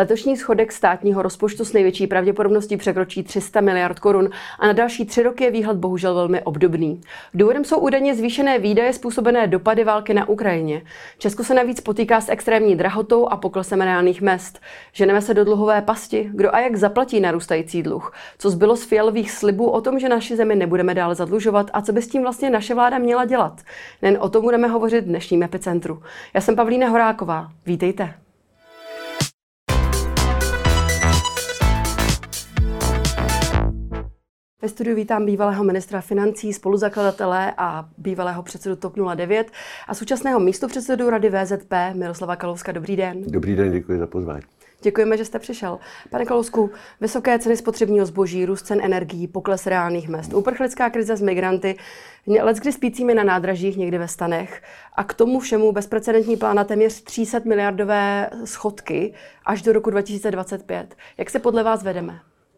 Letošní schodek státního rozpočtu s největší pravděpodobností překročí 300 miliard korun a na další 3 roky je výhled bohužel velmi obdobný. Důvodem jsou údajně zvýšené výdaje způsobené dopady války na Ukrajině. Česko se navíc potýká s extrémní drahotou a poklesem reálných mezd. Ženeme se do dluhové pasti. Kdo a jak zaplatí narůstající dluh? Co zbylo z Fialových slibů o tom, že naši zemi nebudeme dále zadlužovat a co by s tím vlastně naše vláda měla dělat? Nejen o tom budeme hovořit v dnešním Epicentru. Já jsem Pavlína Horáková. Vítejte. Ve studiu vítám bývalého ministra financí, spoluzakladatele a bývalého předsedu TOP 09 a současného místopředsedu Rady VZP Miroslava Kalouska. Dobrý den. Dobrý den, děkuji za pozvání. Děkujeme, že jste přišel. Pane Kalousku, vysoké ceny spotřebního zboží, růst cen energií, pokles reálných mezd, uprchlická krize s migranty, leckdy spícími na nádražích, někdy ve stanech a k tomu všemu bezprecedentní plán na téměř 300 miliardové schodky až do roku 2025. Jak se podle vás vedeme?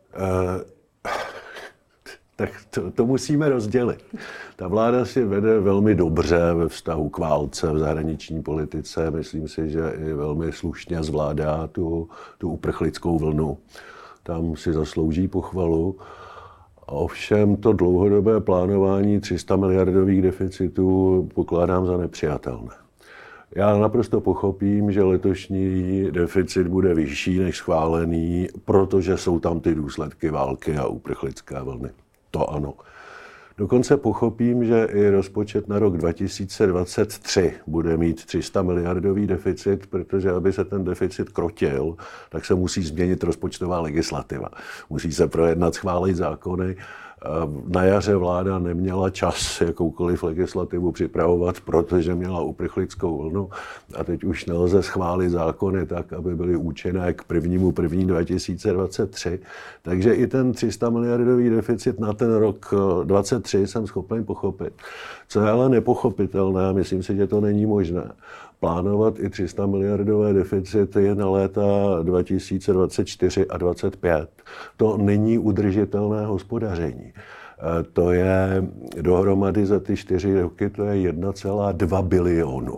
Tak to musíme rozdělit. Ta vláda si vede velmi dobře ve vztahu k válce v zahraniční politice. Myslím si, že i velmi slušně zvládá tu uprchlickou vlnu. Tam si zaslouží pochvalu. Ovšem to dlouhodobé plánování 300 miliardových deficitů pokládám za nepřijatelné. Já naprosto pochopím, že letošní deficit bude vyšší než schválený, protože jsou tam ty důsledky války a uprchlické vlny. To ano. Dokonce pochopím, že i rozpočet na rok 2023 bude mít 300 miliardový deficit, protože aby se ten deficit krotil, tak se musí změnit rozpočtová legislativa. Musí se projednat, schválit zákony. Na jaře vláda neměla čas jakoukoliv legislativu připravovat, protože měla uprchlickou vlnu a teď už nelze schválit zákony tak, aby byly účinné k 1.1.2023. 2023. Takže i ten 300 miliardový deficit na ten rok 2023 jsem schopen pochopit. Co je ale nepochopitelné, myslím si, že to není možné, plánovat i 300 miliardové deficity na léta 2024 a 2025. To není udržitelné hospodaření. To je dohromady za ty 4 roky, to je 1,2 bilionu.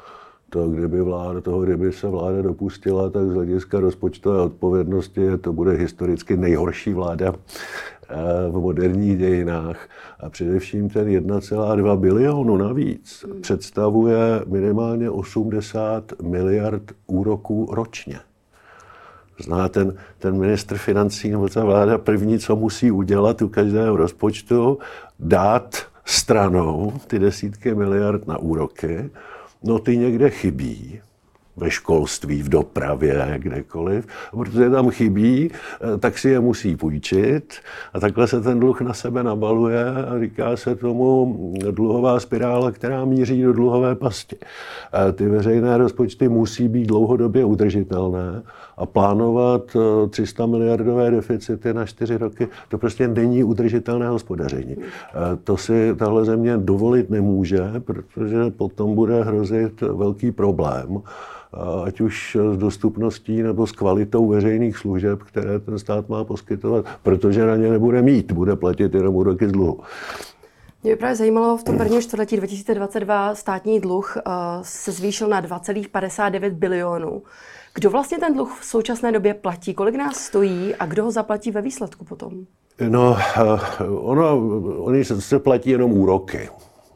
Kdyby se vláda dopustila, tak z hlediska rozpočtové odpovědnosti to bude historicky nejhorší vláda v moderních dějinách. A především ten 1,2 bilionu navíc představuje minimálně 80 miliard úroků ročně. Zná ten ministr financí nebo ta vláda první, co musí udělat u každého rozpočtu, dát stranou ty desítky miliard na úroky. No ty někde chybí, ve školství, v dopravě, kdekoliv. A protože tam chybí, tak si je musí půjčit a takhle se ten dluh na sebe nabaluje a říká se tomu dluhová spirála, která míří do dluhové pasti. A ty veřejné rozpočty musí být dlouhodobě udržitelné a plánovat 300 miliardové deficity na 4 roky, to prostě není udržitelné hospodaření. To si tahle země dovolit nemůže, protože potom bude hrozit velký problém, ať už s dostupností nebo s kvalitou veřejných služeb, které ten stát má poskytovat, protože na ně nebude mít, bude platit jenom úroky z dluhu. Mě by právě zajímalo, v tom prvním čtvrtletí 2022 státní dluh se zvýšil na 2,59 bilionů. Kdo vlastně ten dluh v současné době platí? Kolik nás stojí a kdo ho zaplatí ve výsledku potom? No, oni se platí jenom úroky.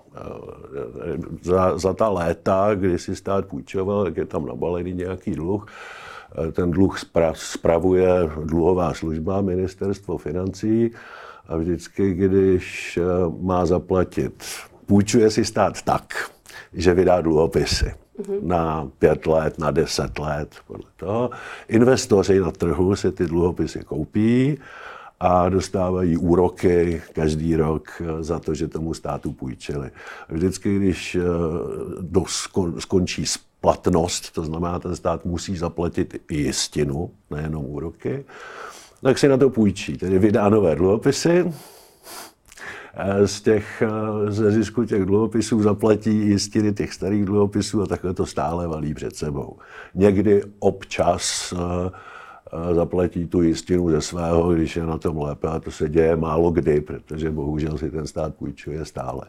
Za ta léta, kdy si stát půjčoval, tak je tam nabalený nějaký dluh. Ten dluh spravuje dluhová služba, ministerstvo financí a vždycky, když má zaplatit, půjčuje si stát tak, že vydá dluhopisy na 5 let, na 10 let, podle toho. Investoři na trhu si ty dluhopisy koupí a dostávají úroky každý rok za to, že tomu státu půjčili. Vždycky, když skončí splatnost, to znamená, ten stát musí zaplatit i jistinu, nejenom úroky, tak si na to půjčí, tedy vydá nové dluhopisy. Ze zisku těch dluhopisů zaplatí jistiny těch starých dluhopisů a takhle to stále valí před sebou. Někdy občas zaplatí tu jistinu ze svého, když je na tom lépe, a to se děje málo kdy, protože bohužel si ten stát půjčuje stále.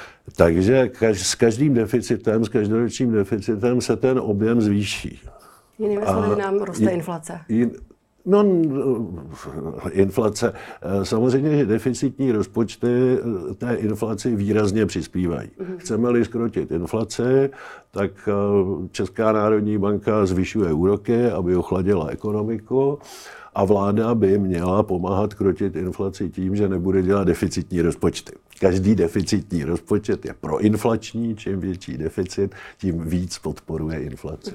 Takže s každým deficitem, s každoročním deficitem se ten objem zvýší. Jinými slovy nám roste inflace. No, inflace. Samozřejmě, že deficitní rozpočty té inflaci výrazně přispívají. Chceme-li zkrotit inflaci, tak Česká národní banka zvyšuje úroky, aby ochladila ekonomiku, a vláda by měla pomáhat krotit inflaci tím, že nebude dělat deficitní rozpočty. Každý deficitní rozpočet je proinflační, čím větší deficit, tím víc podporuje inflaci.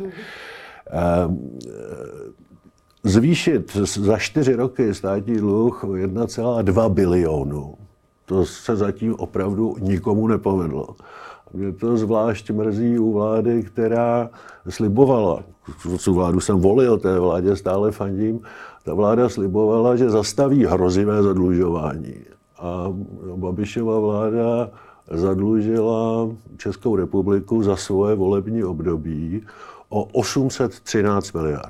Zvýšit za 4 roky státní dluh o 1,2 bilionu, to se zatím opravdu nikomu nepovedlo. Mě to zvlášť mrzí u vlády, která slibovala, tu vládu jsem volil, té vládě stále fandím, ta vláda slibovala, že zastaví hrozivé zadlužování. A Babišova vláda zadlužila Českou republiku za svoje volební období o 813 miliard.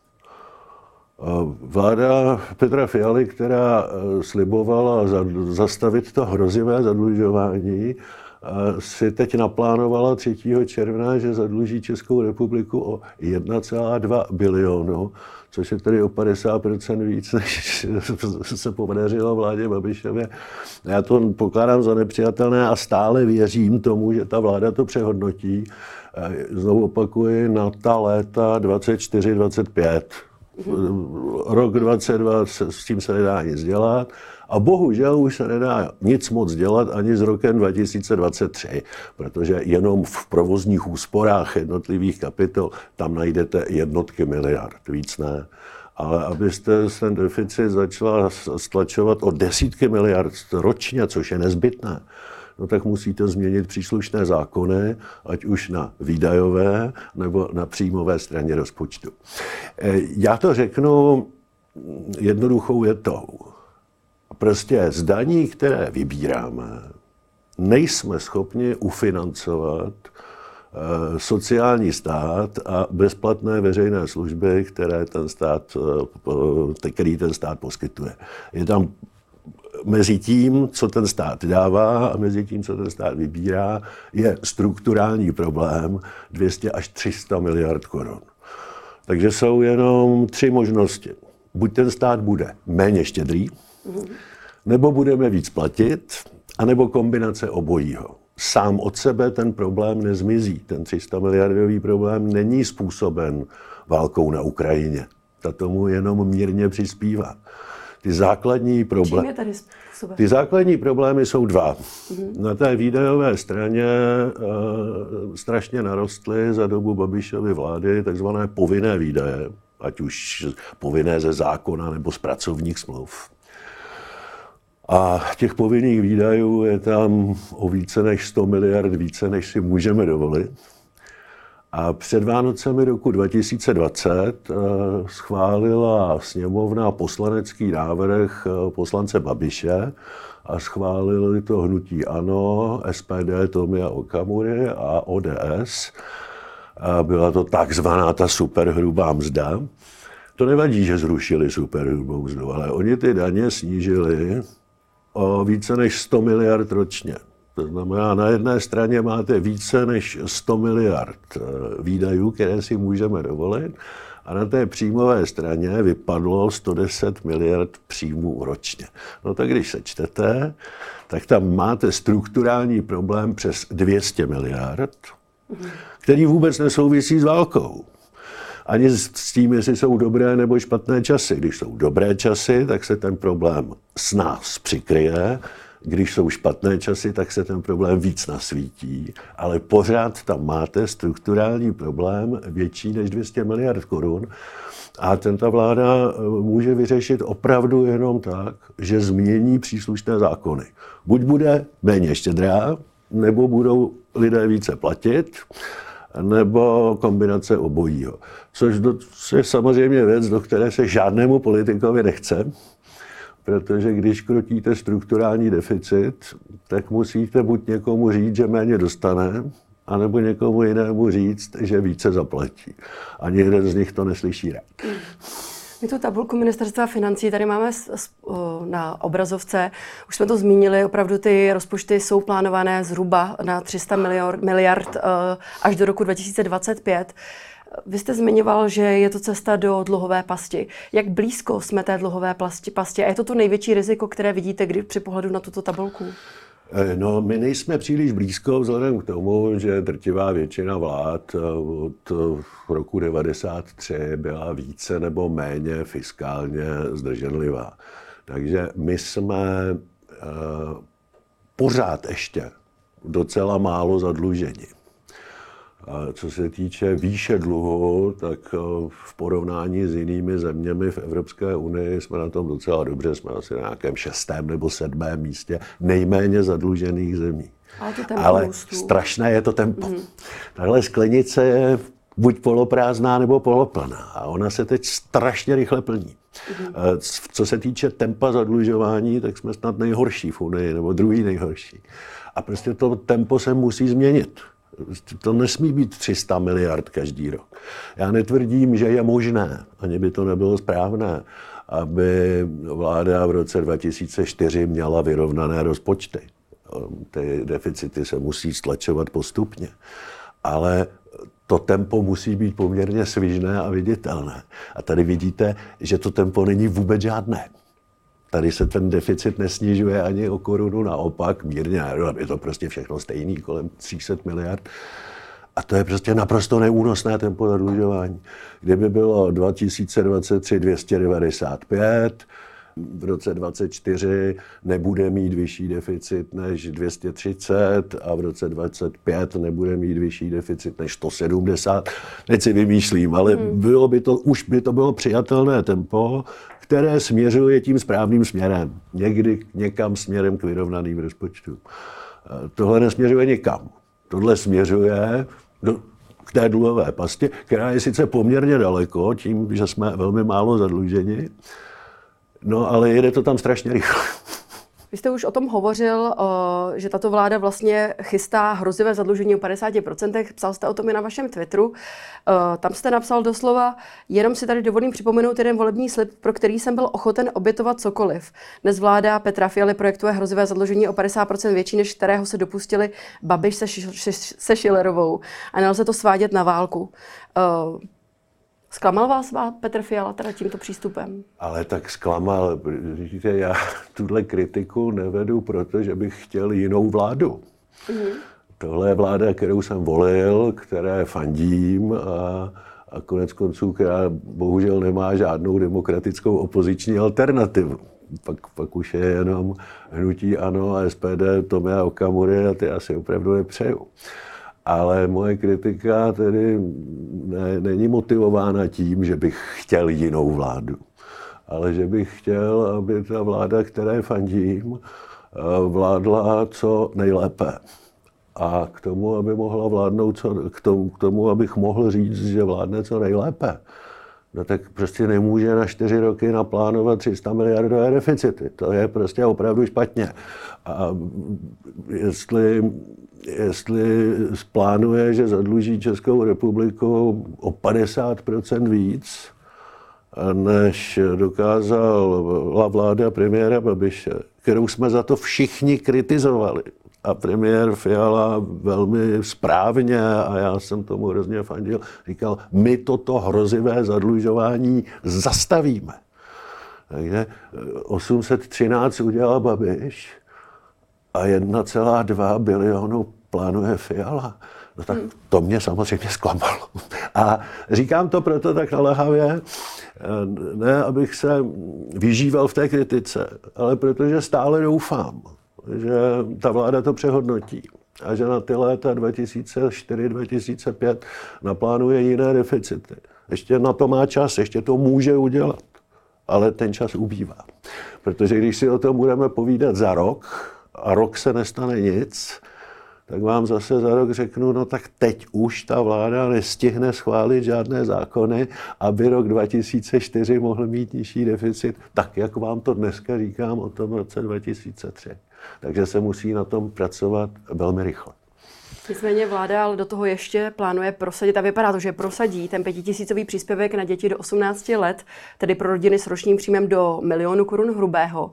Vláda Petra Fialy, která slibovala zastavit to hrozivé zadlužování, si teď naplánovala 3. června, že zadluží Českou republiku o 1,2 bilionu, což je tedy o 50% víc, než se podařilo vládě Babišově. Já to pokládám za nepřijatelné a stále věřím tomu, že ta vláda to přehodnotí. Znovu opakuji, na ta léta 24-25. Rok 22 s tím se nedá nic dělat a bohužel už se nedá nic moc dělat ani s rokem 2023, protože jenom v provozních úsporách jednotlivých kapitol tam najdete jednotky miliard, víc ne. Ale abyste ten deficit začala stlačovat o desítky miliard ročně, což je nezbytné, no tak musíte změnit příslušné zákony, ať už na výdajové nebo na příjmové straně rozpočtu. Já to řeknu jednoduchou větou. Prostě z daní, které vybíráme, nejsme schopni ufinancovat sociální stát a bezplatné veřejné služby, který ten stát poskytuje. Je tam mezi tím, co ten stát dává a mezi tím, co ten stát vybírá, je strukturální problém 200 až 300 miliard korun. Takže jsou jenom 3 možnosti. Buď ten stát bude méně štědrý, nebo budeme víc platit, anebo kombinace obojího. Sám od sebe ten problém nezmizí. Ten 300 miliardový problém není způsoben válkou na Ukrajině. Ta tomu jenom mírně přispívá. Ty základní problémy jsou 2. Na té výdajové straně strašně narostly za dobu Babišovy vlády takzvané povinné výdaje, ať už povinné ze zákona nebo z pracovních smluv. A těch povinných výdajů je tam o více než 100 miliard více, než si můžeme dovolit. A před Vánocemi roku 2020 schválila sněmovna poslanecký návrh poslance Babiše a schválili to hnutí ANO, SPD Tomia Okamury a ODS. A byla to takzvaná ta superhrubá mzda. To nevadí, že zrušili superhrubou mzdu, ale oni ty daně snížili o více než 100 miliard ročně. To znamená, na jedné straně máte více než 100 miliard výdajů, které si můžeme dovolit, a na té příjmové straně vypadlo 110 miliard příjmů ročně. No tak když sečtete, tak tam máte strukturální problém přes 200 miliard, který vůbec nesouvisí s válkou. Ani s tím, jestli jsou dobré nebo špatné časy. Když jsou dobré časy, tak se ten problém s nás přikryje. Když jsou špatné časy, tak se ten problém víc nasvítí. Ale pořád tam máte strukturální problém větší než 200 miliard korun. A ta vláda může vyřešit opravdu jenom tak, že změní příslušné zákony. Buď bude méně štědrá, nebo budou lidé více platit, nebo kombinace obojího. Což je samozřejmě věc, do které se žádnému politikovi nechce, protože když krotíte strukturální deficit, tak musíte buď někomu říct, že méně dostane, anebo někomu jinému říct, že více zaplatí. Ani jeden z nich to neslyší rád. My tu tabulku Ministerstva financí tady máme na obrazovce. Už jsme to zmínili, opravdu ty rozpočty jsou plánované zhruba na 300 miliard až do roku 2025. Vy jste zmiňoval, že je to cesta do dluhové pasti. Jak blízko jsme té dluhové pasti? A je to to největší riziko, které vidíte při pohledu na tuto tabulku? No, my nejsme příliš blízko vzhledem k tomu, že drtivá většina vlád od roku 1993 byla více nebo méně fiskálně zdrženlivá. Takže my jsme pořád ještě docela málo zadluženi. A co se týče výše dluhu, tak v porovnání s jinými zeměmi v Evropské unii jsme na tom docela dobře. Jsme asi na nějakém 6. nebo 7. místě nejméně zadlužených zemí. Ale strašné je to tempo. Tahle sklenice je buď poloprázdná, nebo poloplná. A ona se teď strašně rychle plní. Co se týče tempa zadlužování, tak jsme snad nejhorší v Unii, nebo druhý nejhorší. A prostě to tempo se musí změnit. To nesmí být 300 miliard každý rok. Já netvrdím, že je možné, ani by to nebylo správné, aby vláda v roce 2004 měla vyrovnané rozpočty. Ty deficity se musí stlačovat postupně. Ale to tempo musí být poměrně svižné a viditelné. A tady vidíte, že to tempo není vůbec žádné. Tady se ten deficit nesnižuje ani o korunu, naopak mírně, je to prostě všechno stejný, kolem 300 miliard. A to je prostě naprosto neúnosné tempo zadlužování. Kdyby bylo 2023 295, v roce 2024 nebude mít vyšší deficit než 230 a v roce 2025 nebude mít vyšší deficit než 170. Teď si vymýšlím, ale už by to bylo přijatelné tempo, které směřuje tím správným směrem. Někdy někam směrem k vyrovnaným rozpočtům. Tohle nesměřuje nikam. Tohle směřuje k té dluhové pasti, která je sice poměrně daleko, tím, že jsme velmi málo zadluženi, no ale jede to tam strašně rychle. Vy jste už o tom hovořil, že tato vláda vlastně chystá hrozivé zadlužení o 50%. Psal jste o tom i na vašem Twitteru. Tam jste napsal doslova, jenom si tady dovolím připomenout jeden volební slib, pro který jsem byl ochoten obětovat cokoliv. Dnes vláda Petra Fialy projektuje hrozivé zadlužení o 50% větší, než kterého se dopustili Babiš se Schillerovou. A nelze to svádět na válku. Zklamal vás Petr Fiala teda tímto přístupem? Ale tak zklamal. Vidíte, já tuhle kritiku nevedu, protože bych chtěl jinou vládu. Tohle je vláda, kterou jsem volil, které fandím a konec konců, která bohužel nemá žádnou demokratickou opoziční alternativu. Pak už je jenom hnutí ANO a SPD Tomia Okamury a ty asi opravdu nepřeju. Ale moje kritika tedy není motivována tím, že bych chtěl jinou vládu, ale že bych chtěl, aby ta vláda, které fandím, vládla co nejlépe. A k tomu, aby mohla vládnout, k tomu, abych mohl říct, že vládne co nejlépe, no tak prostě nemůže na 4 roky naplánovat 300 miliardové deficity. To je prostě opravdu špatně. A jestli plánuje, že zadluží Českou republiku o 50% víc, než dokázala vláda premiéra Babiše, kterou jsme za to všichni kritizovali. A premiér Fiala velmi správně, a já jsem tomu hrozně fandil, říkal, my toto hrozivé zadlužování zastavíme. Takže 813 udělal Babiš a 1,2 bilionu plánuje Fiala. No tak to mě samozřejmě zklamalo. A říkám to proto tak naléhavě, ne abych se vyžíval v té kritice, ale protože stále doufám, že ta vláda to přehodnotí a že na ty léta 2004-2005 naplánuje jiné deficity. Ještě na to má čas, ještě to může udělat, ale ten čas ubývá. Protože když si o tom budeme povídat za rok a rok se nestane nic, tak vám zase za rok řeknu, no tak teď už ta vláda nestihne schválit žádné zákony, aby rok 2004 mohl mít nižší deficit, tak jak vám to dneska říkám o tom roce 2003. Takže se musí na tom pracovat velmi rychle. Nicméně vláda ale do toho ještě plánuje prosadit, a vypadá to, že prosadí ten 5tisícový příspěvek na děti do 18 let, tedy pro rodiny s ročním příjmem do 1 000 000 korun hrubého.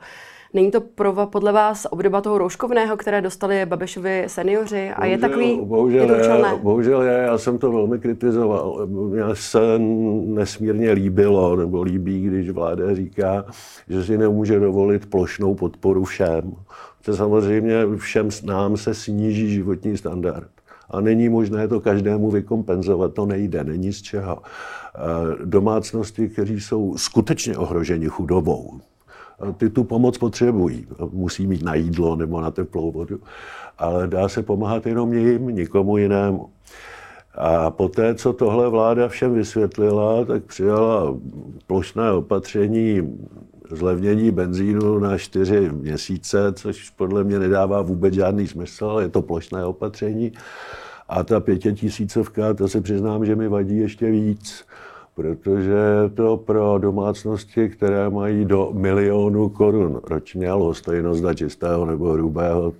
Není to podle vás obdoba toho rouškovného, které dostali Babišovi seniori a je takový, je to účelné? Bohužel já jsem to velmi kritizoval. Mně se nesmírně líbilo, nebo líbí, když vláda říká, že si nemůže dovolit plošnou podporu všem. To samozřejmě všem nám se sníží životní standard. A není možné to každému vykompenzovat, to nejde, není z čeho. Domácnosti, které jsou skutečně ohroženi chudobou, ty tu pomoc potřebují. Musí mít na jídlo nebo na teplou vodu, ale dá se pomáhat jenom jim, nikomu jinému. A poté, co tohle vláda všem vysvětlila, tak přijala plošné opatření zlevnění benzínu na 4 měsíce, což podle mě nedává vůbec žádný smysl, ale je to plošné opatření. A ta 5tisícovka, to se přiznám, že mi vadí ještě víc, protože je to pro domácnosti, které mají do 1 milionu korun ročně, lhostejnost čistého nebo hrubého.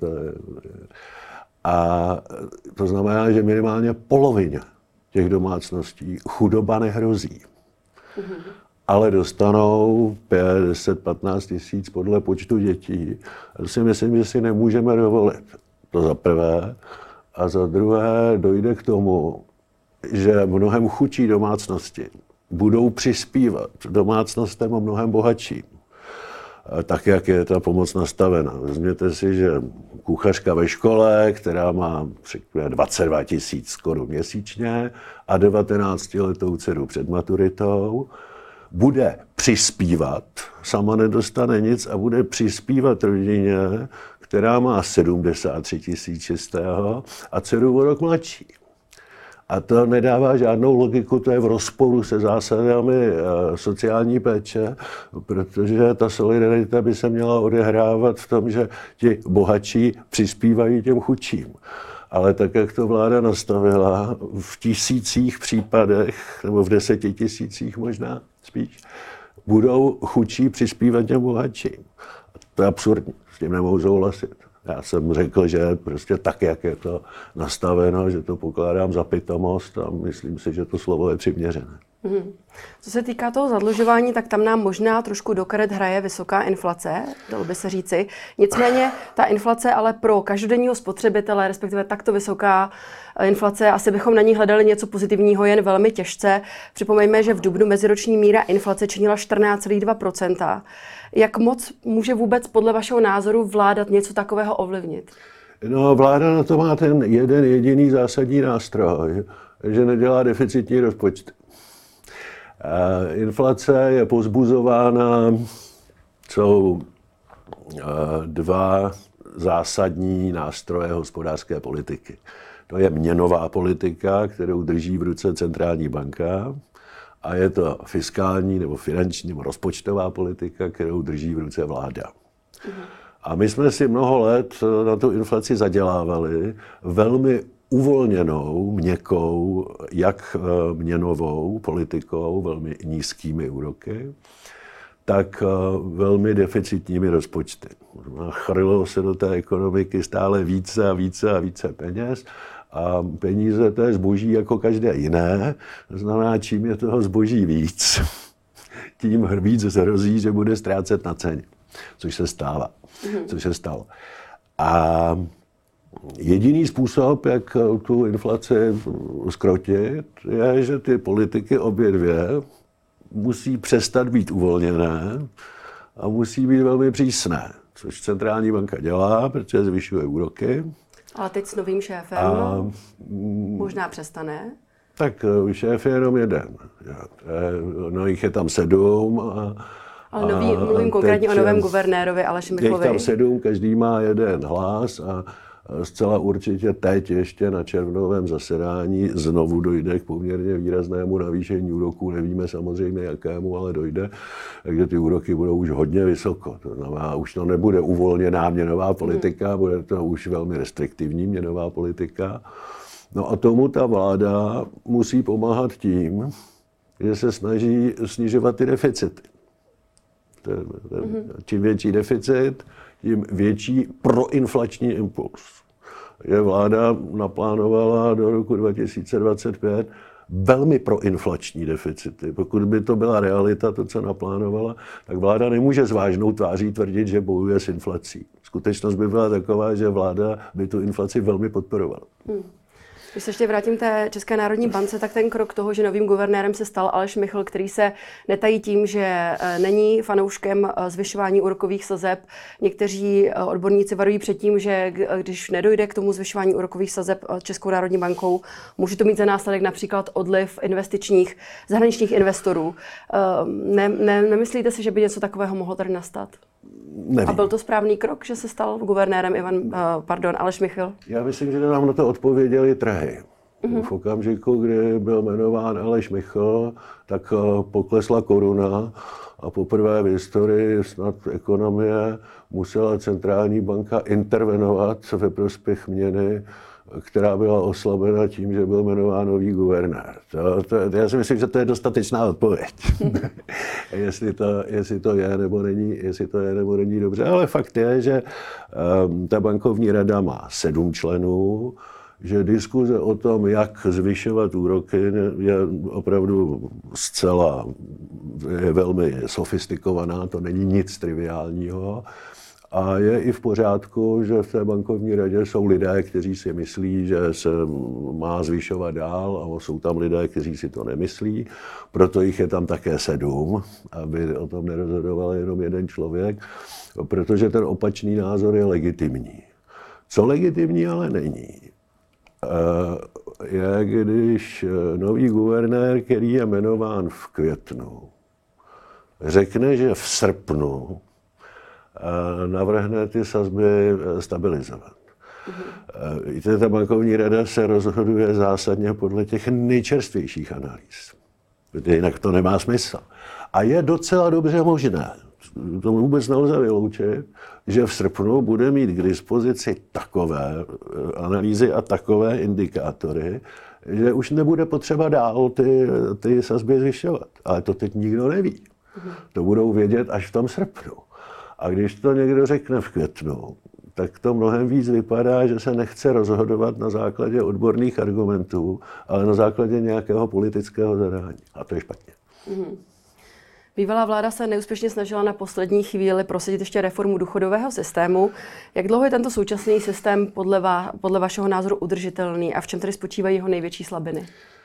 A to znamená, že minimálně polovině těch domácností chudoba nehrozí. Ale dostanou 5, 10, 15 tisíc podle počtu dětí. To si myslím, že si nemůžeme dovolit. To za prvé. A za druhé dojde k tomu, že mnohem chudší domácnosti budou přispívat domácnostem mnohem bohatším. Tak, jak je ta pomoc nastavena. Vezměte si, že kuchařka ve škole, která má 22 tisíc korun měsíčně a 19letou dceru před maturitou, bude přispívat, sama nedostane nic a bude přispívat rodině, která má 73 tisíc čistého a dceru o rok mladší. A to nedává žádnou logiku, to je v rozporu se zásadami sociální péče, protože ta solidarita by se měla odehrávat v tom, že ti bohatší přispívají těm chudším. Ale tak, jak to vláda nastavila, v tisících případech, nebo v 10 tisících možná spíš, budou chudší přispívat těm bohatším. To je absurdní, s tím nemohu souhlasit. Já jsem řekl, že prostě tak, jak je to nastaveno, že to pokládám za pitomost a myslím si, že to slovo je přiměřené. Co se týká toho zadlužování, tak tam nám možná trošku do karet hraje vysoká inflace, dalo by se říci. Nicméně ta inflace ale pro každodenního spotřebitele, respektive takto vysoká inflace, asi bychom na ní hledali něco pozitivního jen velmi těžce. Připomeňme, že v dubnu meziroční míra inflace činila 14,2%. Jak moc může vůbec podle vašeho názoru vláda něco takového ovlivnit? No, vláda na to má ten jeden jediný zásadní nástroj, že nedělá deficitní rozpočty. Inflace je povzbuzována, jsou 2 zásadní nástroje hospodářské politiky. To je měnová politika, kterou drží v ruce centrální banka, a je to fiskální nebo finanční nebo rozpočtová politika, kterou drží v ruce vláda. A my jsme si mnoho let na tu inflaci zadělávali velmi uvolněnou, měkkou, jak měnovou politikou, velmi nízkými úroky, tak velmi deficitními rozpočty. Chrlilo se do té ekonomiky stále více a více a více peněz a peníze to je zboží jako každé jiné. To znamená, čím je toho zboží víc, tím víc hrozí, že bude ztrácet na ceně, což se stává. Což se stalo. A jediný způsob, jak tu inflaci zkrotit, je, že ty politiky obě dvě musí přestat být uvolněné a musí být velmi přísné, což centrální banka dělá, protože zvyšuje úroky. Ale teď s novým šéfem možná přestane. Tak šéf je jenom jeden. No, jich je tam 7. Ale mluvím konkrétně o novém guvernérovi Aleši Michlovi. Je tam 7, každý má jeden hlas a zcela určitě teď ještě na červnovém zasedání znovu dojde k poměrně výraznému navýšení úroků. Nevíme samozřejmě jakému, ale dojde. Takže ty úroky budou už hodně vysoko. To znamená, už to nebude uvolněná měnová politika, bude to už velmi restriktivní měnová politika. No a tomu ta vláda musí pomáhat tím, že se snaží snižovat ty deficity. Čím větší deficit, tím větší proinflační impuls. Je vláda naplánovala do roku 2025 velmi proinflační deficity. Pokud by to byla realita, to, co naplánovala, tak vláda nemůže s vážnou tváří tvrdit, že bojuje s inflací. Skutečnost by byla taková, že vláda by tu inflaci velmi podporovala. Když se ještě vrátím k té České národní bance, tak ten krok toho, že novým guvernérem se stal Aleš Michl, který se netají tím, že není fanouškem zvyšování úrokových sazeb. Někteří odborníci varují před tím, že když nedojde k tomu zvyšování úrokových sazeb Českou národní bankou, může to mít za následek například odliv investičních zahraničních investorů. Nemyslíte si, že by něco takového mohlo tady nastat? Nevím. A byl to správný krok, že se stal guvernérem Aleš Michl? Já myslím, že nám na to odpověděli trhy. V okamžiku, kdy byl jmenován Aleš Michl, tak poklesla koruna a poprvé v historii snad ekonomie musela centrální banka intervenovat ve prospěch měny, která byla oslabena tím, že byl jmenován nový guvernér. Já si myslím, že to je dostatečná odpověď. jestli to je nebo není dobře. Ale fakt je, že ta bankovní rada má 7 členů, že diskuze o tom, jak zvyšovat úroky, je opravdu je velmi sofistikovaná, to není nic triviálního. A je i v pořádku, že v té bankovní radě jsou lidé, kteří si myslí, že se má zvyšovat dál, a jsou tam lidé, kteří si to nemyslí. Proto jich je tam také 7, aby o tom nerozhodoval jenom jeden člověk, protože ten opačný názor je legitimní. Co legitimní ale není, je, když nový guvernér, který je jmenován v květnu, řekne, že v srpnu navrhne ty sazby stabilizovat. Víte, ta bankovní rada se rozhoduje zásadně podle těch nejčerstvějších analýz. Jinak to nemá smysl. A je docela dobře možné, to vůbec nelze vyloučit, že v srpnu bude mít k dispozici takové analýzy a takové indikátory, že už nebude potřeba dál ty sazby zvyšovat. Ale to teď nikdo neví. To budou vědět až v tom srpnu. A když to někdo řekne v květnu, tak to mnohem víc vypadá, že se nechce rozhodovat na základě odborných argumentů, ale na základě nějakého politického zadání. A to je špatně. Bývalá vláda se neúspěšně snažila na poslední chvíli prosadit ještě reformu důchodového systému. Jak dlouho je tento současný systém podle vašeho názoru udržitelný a v čem tedy spočívají jeho největší slabiny?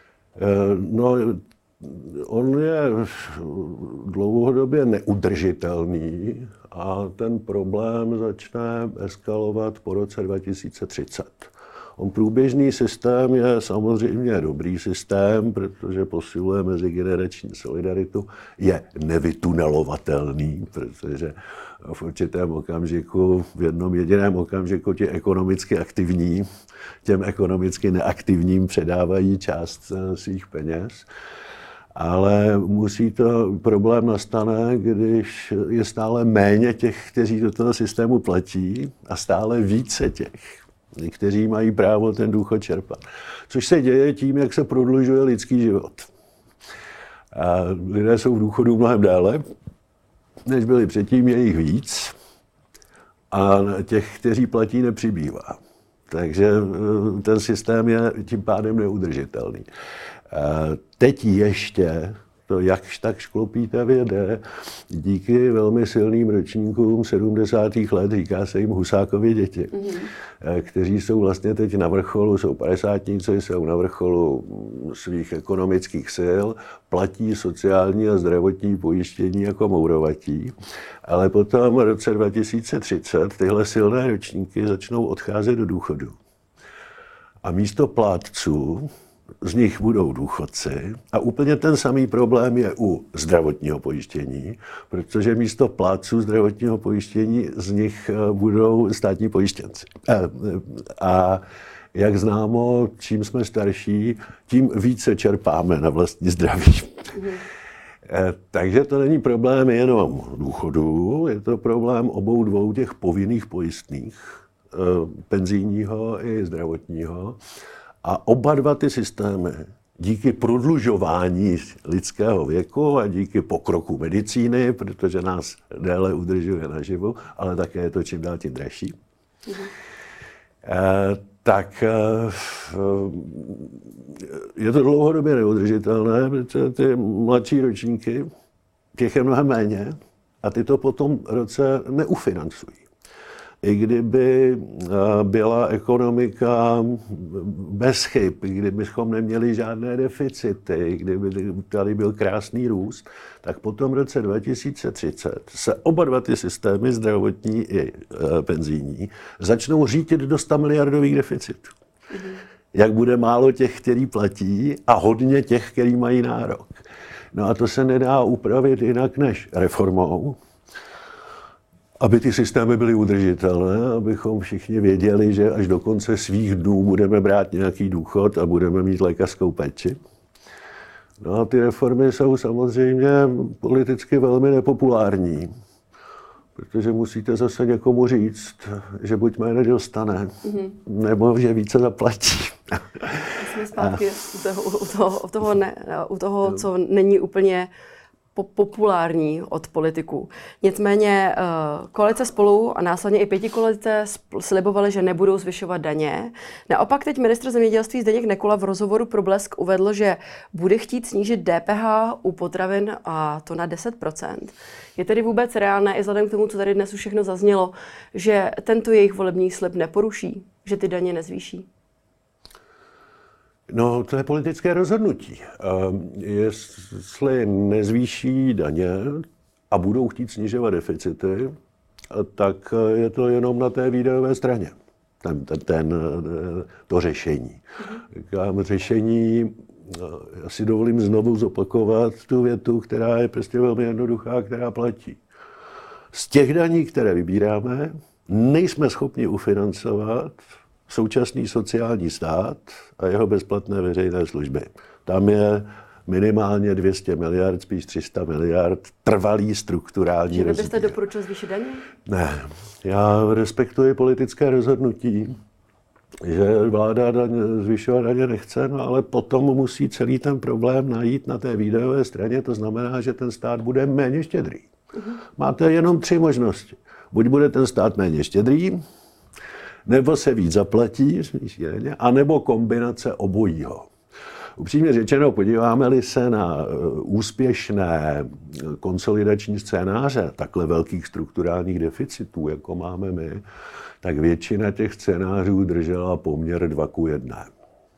On je dlouhodobě neudržitelný a ten problém začne eskalovat po roce 2030. Průběžný systém je samozřejmě dobrý systém, protože posiluje mezigenerační solidaritu, je nevytunelovatelný, protože v určitém okamžiku, v jednom jediném okamžiku ti ekonomicky aktivní těm ekonomicky neaktivním předávají část svých peněz. Ale problém nastane, když je stále méně těch, kteří do toho systému platí a stále více těch, kteří mají právo ten důchod čerpat. Což se děje tím, jak se prodlužuje lidský život. A lidé jsou v důchodu mnohem déle, než byli předtím, je jich víc a těch, kteří platí, nepřibývá. Takže ten systém je tím pádem neudržitelný. Teď ještě to jakž tak šklopíte věde, díky velmi silným ročníkům 70. let, říká se jim Husákovy děti, kteří jsou vlastně teď na vrcholu, jsou padesátníci, jsou na vrcholu svých ekonomických sil, platí sociální a zdravotní pojištění jako mourovatí, ale potom v roce 2030 tyhle silné ročníky začnou odcházet do důchodu. A místo plátců z nich budou důchodci a úplně ten samý problém je u zdravotního pojištění, protože místo plátců zdravotního pojištění z nich budou státní pojištěnci. A jak známo, čím jsme starší, tím více čerpáme na vlastní zdraví. Takže to není problém jenom důchodů, je to problém obou dvou těch povinných pojistných, penzijního i zdravotního. A oba dva ty systémy díky prodlužování lidského věku a díky pokroku medicíny, protože nás déle udržuje naživu, ale také je to čím dál tím dražší, tak je to dlouhodobě neudržitelné, protože ty mladší ročníky, těch je mnohem méně a ty to po tom roce neufinancují. I kdyby byla ekonomika bez chyb, kdybychom neměli žádné deficity, kdyby tady byl krásný růst, tak po tom roce 2030 se oba dva ty systémy, zdravotní i penzijní, začnou řídit do 100 miliardových deficitů. Jak bude málo těch, který platí, a hodně těch, který mají nárok. No a to se nedá upravit jinak než reformou, aby ty systémy byly udržitelné, abychom všichni věděli, že až do konce svých dnů budeme brát nějaký důchod a budeme mít lékařskou péči. No a ty reformy jsou samozřejmě politicky velmi nepopulární, protože musíte zase někomu říct, že buď méně dostane, nebo že více zaplatí. Jsme zpátky u toho, co není úplně populární od politiků. Nicméně koalice Spolu a následně i pětikoalice slibovaly, že nebudou zvyšovat daně. Naopak teď ministr zemědělství Zdeněk Nekula v rozhovoru pro Blesk uvedl, že bude chtít snížit DPH u potravin a to na 10%. Je tedy vůbec reálné, i vzhledem k tomu, co tady dnes už všechno zaznělo, že tento jejich volební slib neporuší, že ty daně nezvýší? No, to je politické rozhodnutí. Jestli nezvýší daně a budou chtít snižovat deficity, tak je to jenom na té výdajové straně. To řešení. Řešení, já si dovolím znovu zopakovat tu větu, která je prostě velmi jednoduchá, která platí. Z těch daní, které vybíráme, nejsme schopni ufinancovat současný sociální stát a jeho bezplatné veřejné služby. Tam je minimálně 200 miliard, spíš 300 miliard trvalý strukturální rozdíl. Že byste doporučil zvýšit daně? Ne, já respektuji politické rozhodnutí, že vláda zvyšovat daně nechce, no ale potom musí celý ten problém najít na té výdajové straně, to znamená, že ten stát bude méně štědrý. Máte jenom 3 možnosti. Buď bude ten stát méně štědrý, nebo se víc zaplatí, anebo kombinace obojího. Upřímně řečeno, podíváme-li se na úspěšné konsolidační scénáře takhle velkých strukturálních deficitů, jako máme my, tak většina těch scénářů držela poměr 2:1.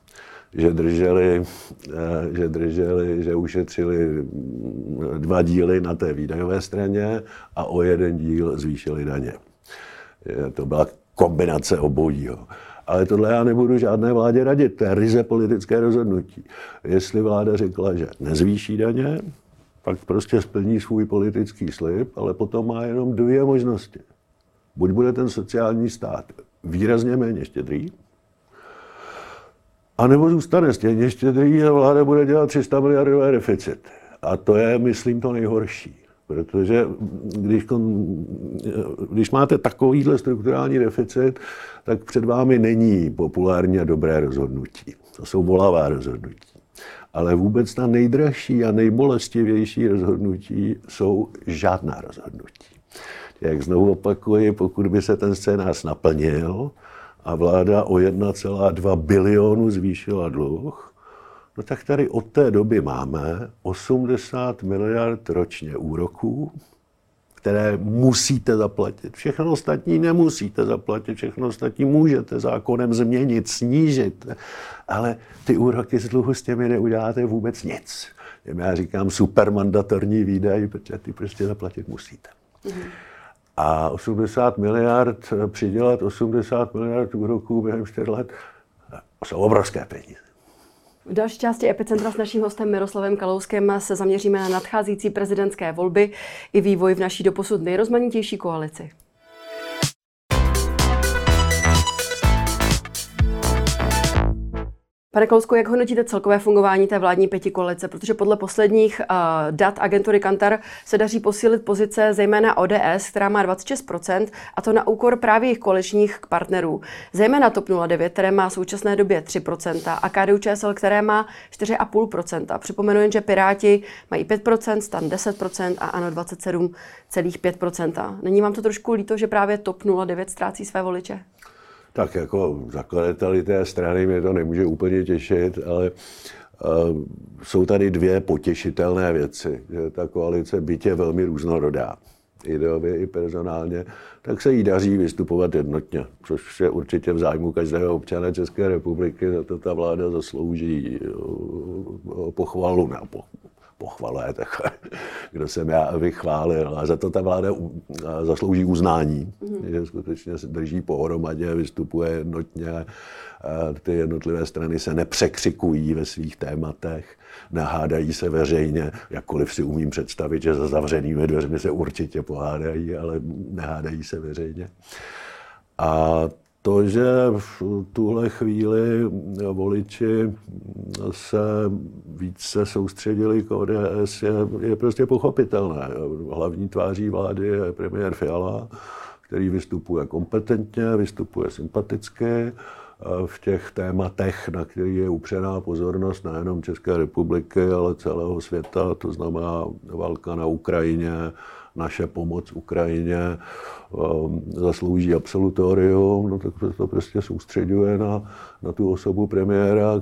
Že ušetřili 2 díly na té výdajové straně a o 1 díl zvýšili daně. To byla kombinace obojího. Ale tohle já nebudu žádné vládě radit, to je ryze politické rozhodnutí. Jestli vláda řekla, že nezvýší daně, pak prostě splní svůj politický slib, ale potom má jenom 2 možnosti. Buď bude ten sociální stát výrazně méně štědrý, anebo zůstane stejně štědrý a vláda bude dělat 300 miliardové deficit. A to je, myslím, to nejhorší. Protože když máte takovýhle strukturální deficit, tak před vámi není populární a dobré rozhodnutí. To jsou bolavá rozhodnutí. Ale vůbec ta nejdražší a nejbolestivější rozhodnutí jsou žádná rozhodnutí. Jak znovu opakuji, pokud by se ten scénář naplnil a vláda o 1,2 bilionu zvýšila dluh, no tak tady od té doby máme 80 miliard ročně úroků, které musíte zaplatit. Všechno ostatní nemusíte zaplatit, všechno ostatní můžete zákonem změnit, snížit, ale ty úroky z dluhu s těmi neuděláte vůbec nic. Já říkám supermandatorní výdaj, protože ty prostě zaplatit musíte. A 80 miliard, přidělat 80 miliard úroků během 4 let, jsou obrovské peníze. V další části Epicentra s naším hostem Miroslavem Kalouskem se zaměříme na nadcházející prezidentské volby i vývoj v naší doposud nejrozmanitější koalici. Pane Kalousku, jak hodnotíte celkové fungování té vládní pětikoalice? Protože podle posledních dat agentury Kantar se daří posílit pozice zejména ODS, která má 26%, a to na úkor právě jejich koaličních partnerů. Zejména TOP 09, které má v současné době 3%, a KDU-ČSL, které má 4,5%. Připomenu jen, že Piráti mají 5%, STAN 10% a ANO 27,5%. Není vám to trošku líto, že právě TOP 09 ztrácí své voliče? Tak jako zakladateli té strany mě to nemůže úplně těšit, ale jsou tady dvě potěšitelné věci. Že ta koalice, byť je velmi různorodá, ideově i personálně, tak se jí daří vystupovat jednotně, což je určitě v zájmu každého občana České republiky. Za to ta vláda zaslouží pochvalu, pochvalé takhle, kdo jsem já vychválil. A za to ta vláda zaslouží uznání, že skutečně se drží pohromadě, vystupuje jednotně. Ty jednotlivé strany se nepřekřikují ve svých tématech, nehádají se veřejně, jakkoliv si umím představit, že za zavřenými dveřmi se určitě pohádají, ale nehádají se veřejně. A to, že v tuhle chvíli voliči se více soustředili k ODS, je prostě pochopitelné. Hlavní tváří vlády je premiér Fiala, který vystupuje kompetentně, vystupuje sympaticky v těch tématech, na který je upřená pozornost nejenom České republiky, ale celého světa, to znamená válka na Ukrajině, naše pomoc Ukrajině, zaslouží absolutorium, no tak to prostě soustředuje na tu osobu premiéra,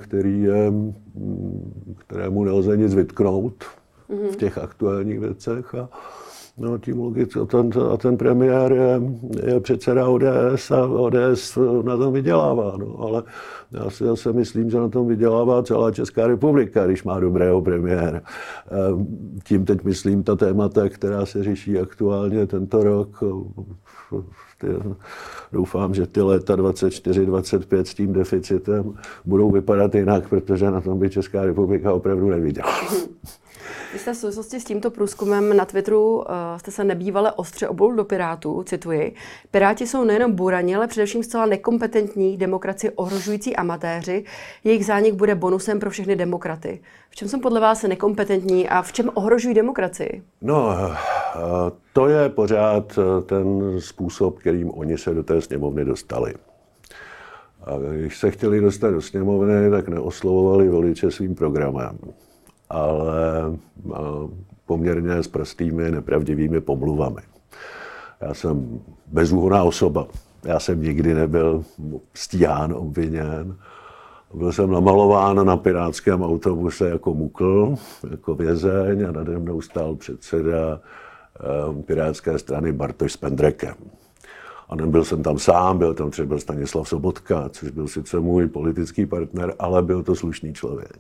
kterému nelze nic vytknout v těch aktuálních věcech. No, tím logicky, a ten premiér je předseda ODS a ODS na tom vydělává. No, ale já si zase myslím, že na tom vydělává celá Česká republika, když má dobrého premiéra. Tím teď myslím ta témata, která se řeší aktuálně tento rok. Doufám, že ty léta 24, 25 s tím deficitem budou vypadat jinak, protože na tom by Česká republika opravdu neviděla. Vy jste v souvislosti s tímto průzkumem na Twitteru jste se nebývale ostře obul do Pirátů, cituji. Piráti jsou nejenom burani, ale především zcela nekompetentní, demokracii ohrožující amatéři. Jejich zánik bude bonusem pro všechny demokraty. V čem jsou podle vás nekompetentní a v čem ohrožují demokracii? No, to je pořád ten způsob, kterým oni se do té sněmovny dostali. A když se chtěli dostat do sněmovny, tak neoslovovali voliče svým programem, ale poměrně s prostými, nepravdivými pomluvami. Já jsem bezúhonná osoba. Já jsem nikdy nebyl stíhán, obviněn. Byl jsem namalován na pirátském autobuse jako mukl, jako vězeň a nade mnou stál předseda pirátské strany Bartoš s pendrekem. A nebyl jsem tam sám, byl tam třeba Stanislav Sobotka, což byl sice můj politický partner, ale byl to slušný člověk.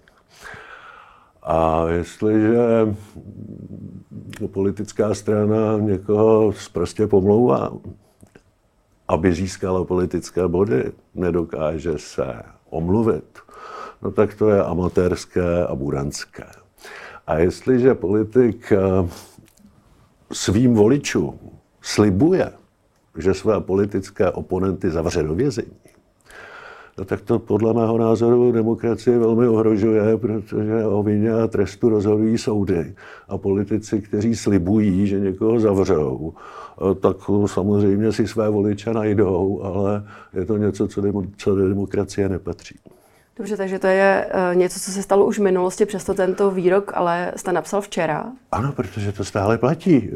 A jestliže politická strana někoho prostě pomlouvá, aby získala politické body, nedokáže se omluvit, no tak to je amatérské a buranské. A jestliže politik svým voličům slibuje, že své politické oponenty zavře do vězení, no tak to podle mého názoru demokracie velmi ohrožuje, protože o vině a trestu rozhodují soudy. A politici, kteří slibují, že někoho zavřou, tak samozřejmě si své voliče najdou, ale je to něco, co do demokracie nepatří. Dobře, takže to je něco, co se stalo už v minulosti, přesto tento výrok ale jste napsal včera. Ano, protože to stále platí.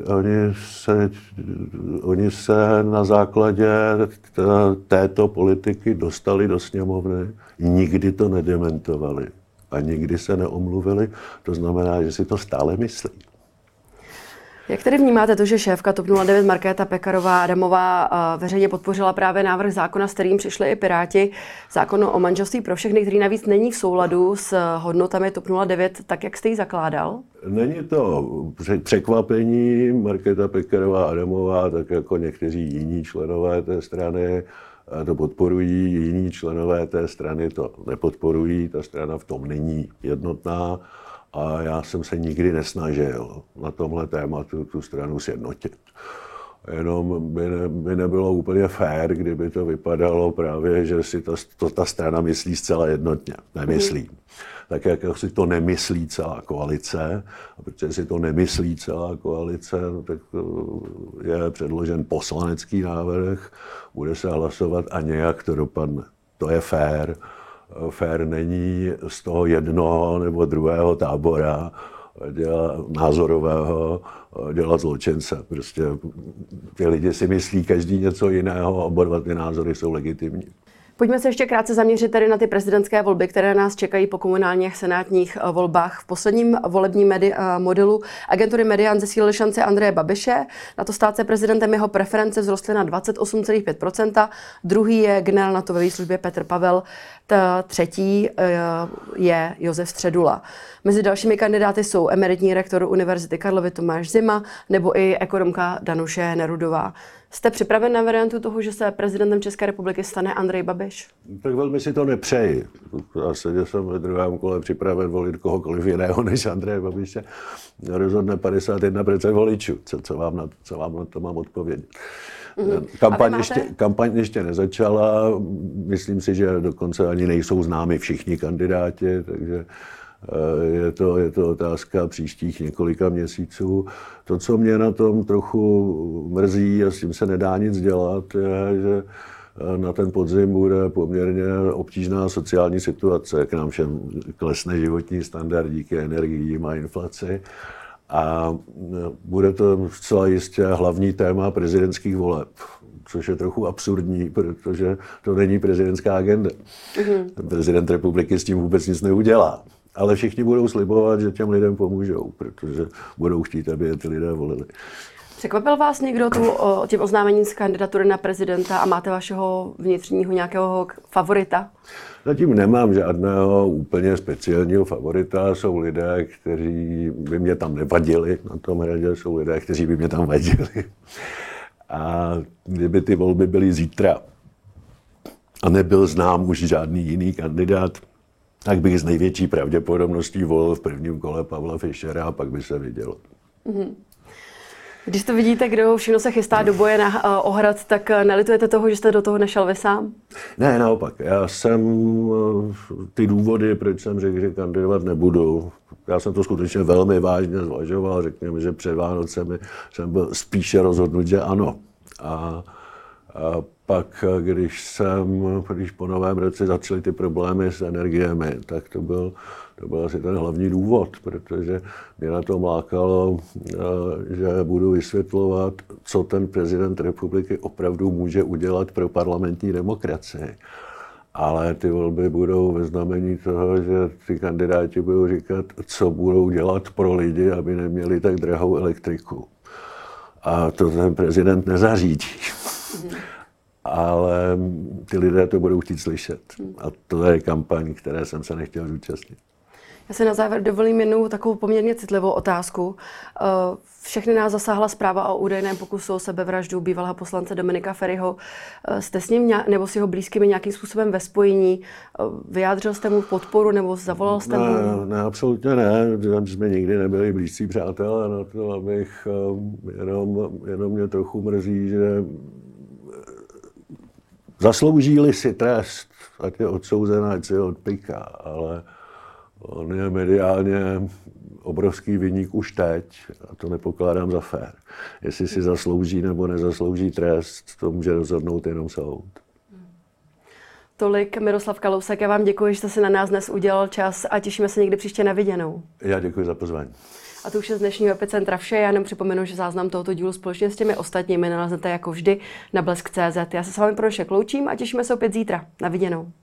Oni se na základě této politiky dostali do sněmovny, nikdy to nedementovali a nikdy se neomluvili. To znamená, že si to stále myslí. Jak tedy vnímáte to, že šéfka TOP 09 Markéta Pekarová Adamová veřejně podpořila právě návrh zákona, s kterým přišli i Piráti, zákon o manželství pro všechny, který navíc není v souladu s hodnotami TOP 09, tak jak jste ji zakládal? Není to překvapení. Markéta Pekarová Adamová, tak jako někteří jiní členové té strany, to podporují, jiní členové té strany to nepodporují, ta strana v tom není jednotná. A já jsem se nikdy nesnažil na tomhle tématu tu stranu sjednotit. Jenom by nebylo úplně fér, kdyby to vypadalo právě, že si ta strana myslí zcela jednotně. Nemyslí. Tak jak si to nemyslí celá koalice, a protože si to nemyslí celá koalice, no tak je předložen poslanecký návrh, bude se hlasovat a nějak to dopadne. To je fér. Fér není z toho jednoho nebo druhého tábora, názorového dělat zločince. Prostě ty lidi si myslí každý něco jiného a oba dva ty názory jsou legitimní. Pojďme se ještě krátce zaměřit tady na ty prezidentské volby, které nás čekají po komunálních senátních volbách. V posledním volebním modelu agentury Median zesílily šance Andreje Babiše. Na to stát se prezidentem jeho preference vzrostly na 28,5%. Druhý je generál NATO ve výslužbě Petr Pavel. Třetí je Josef Středula. Mezi dalšími kandidáty jsou emeritní rektor Univerzity Karlovy Tomáš Zima nebo i ekonomka Danuše Nerudová. Jste připraven na variantu toho, že se prezidentem České republiky stane Andrej Babiš? Tak velmi si to nepřeji. V zásadě jsem ve druhém kole připraven volit kohokoliv jiného než Andreje Babiše. Rozhodne 51% voličů. Co vám na to mám odpovědět? Kampaň ještě nezačala. Myslím si, že dokonce ani nejsou známi všichni kandidáti, takže je to otázka příštích několika měsíců. To, co mě na tom trochu mrzí, a s tím se nedá nic dělat, je, že na ten podzim bude poměrně obtížná sociální situace. K nám všem klesne životní standard díky energiím a inflaci. A bude to zcela jistě hlavní téma prezidentských voleb, což je trochu absurdní, protože to není prezidentská agenda. Prezident republiky s tím vůbec nic neudělá. Ale všichni budou slibovat, že těm lidem pomůžou, protože budou chtít, aby je ty lidé volili. Překvapil vás někdo tím oznámením z kandidatury na prezidenta a máte vašeho vnitřního nějakého favorita? Zatím nemám žádného úplně speciálního favorita. Jsou lidé, kteří by mě tam nevadili na tom hradě, jsou lidé, kteří by mě tam vadili. A kdyby ty volby byly zítra a nebyl znám už žádný jiný kandidát, tak bych s největší pravděpodobností volil v prvním kole Pavla Fischera a pak by se vidělo. Když to vidíte, kdo všechno se chystá do boje na Ohrad, tak nelitujete toho, že jste do toho nešel vy sám? Ne, naopak. Já jsem ty důvody, proč jsem řekl, že kandidovat nebudu, já jsem to skutečně velmi vážně zvažoval. Řekněme, že před Vánocemi jsem byl spíše rozhodnut, že ano. A pak, když po Novém roce začaly ty problémy s energiemi, tak to byl asi ten hlavní důvod, protože mě na tom lákalo, že budu vysvětlovat, co ten prezident republiky opravdu může udělat pro parlamentní demokracii. Ale ty volby budou ve znamení toho, že ty kandidáti budou říkat, co budou dělat pro lidi, aby neměli tak drahou elektriku. A to ten prezident nezařídí. Ale ty lidé to budou chtít slyšet. A to je kampaň, které jsem se nechtěl zúčastnit. Já si na závěr dovolím jednou takovou poměrně citlivou otázku. Všechny nás zasáhla zpráva o údajném pokusu o sebevraždu bývalého poslance Dominika Feriho. Jste s ním nebo s jeho blízkými nějakým způsobem ve spojení? Vyjádřil jste mu podporu nebo zavolal jste mu? Ne, absolutně ne. Jsme nikdy nebyli blízcí přátelé na to, abych jenom mě trochu mrzí, že zaslouží-li si trest, ať je odsouzen, ať si ho odpiká, ale on je mediálně obrovský viník už teď a to nepokládám za fér. Jestli si zaslouží nebo nezaslouží trest, to může rozhodnout jenom soud. Tolik Miroslav Kalousek, já vám děkuji, že jste si na nás dnes udělal čas a těšíme se někdy příště na viděnou. Já děkuji za pozvání. A to už je z dnešního Epicentra vše. Já jenom připomenu, že záznam tohoto dílu společně s těmi ostatními naleznete jako vždy na blesk.cz. Já se s vámi pro dnešek loučím a těšíme se opět zítra. Na viděnou.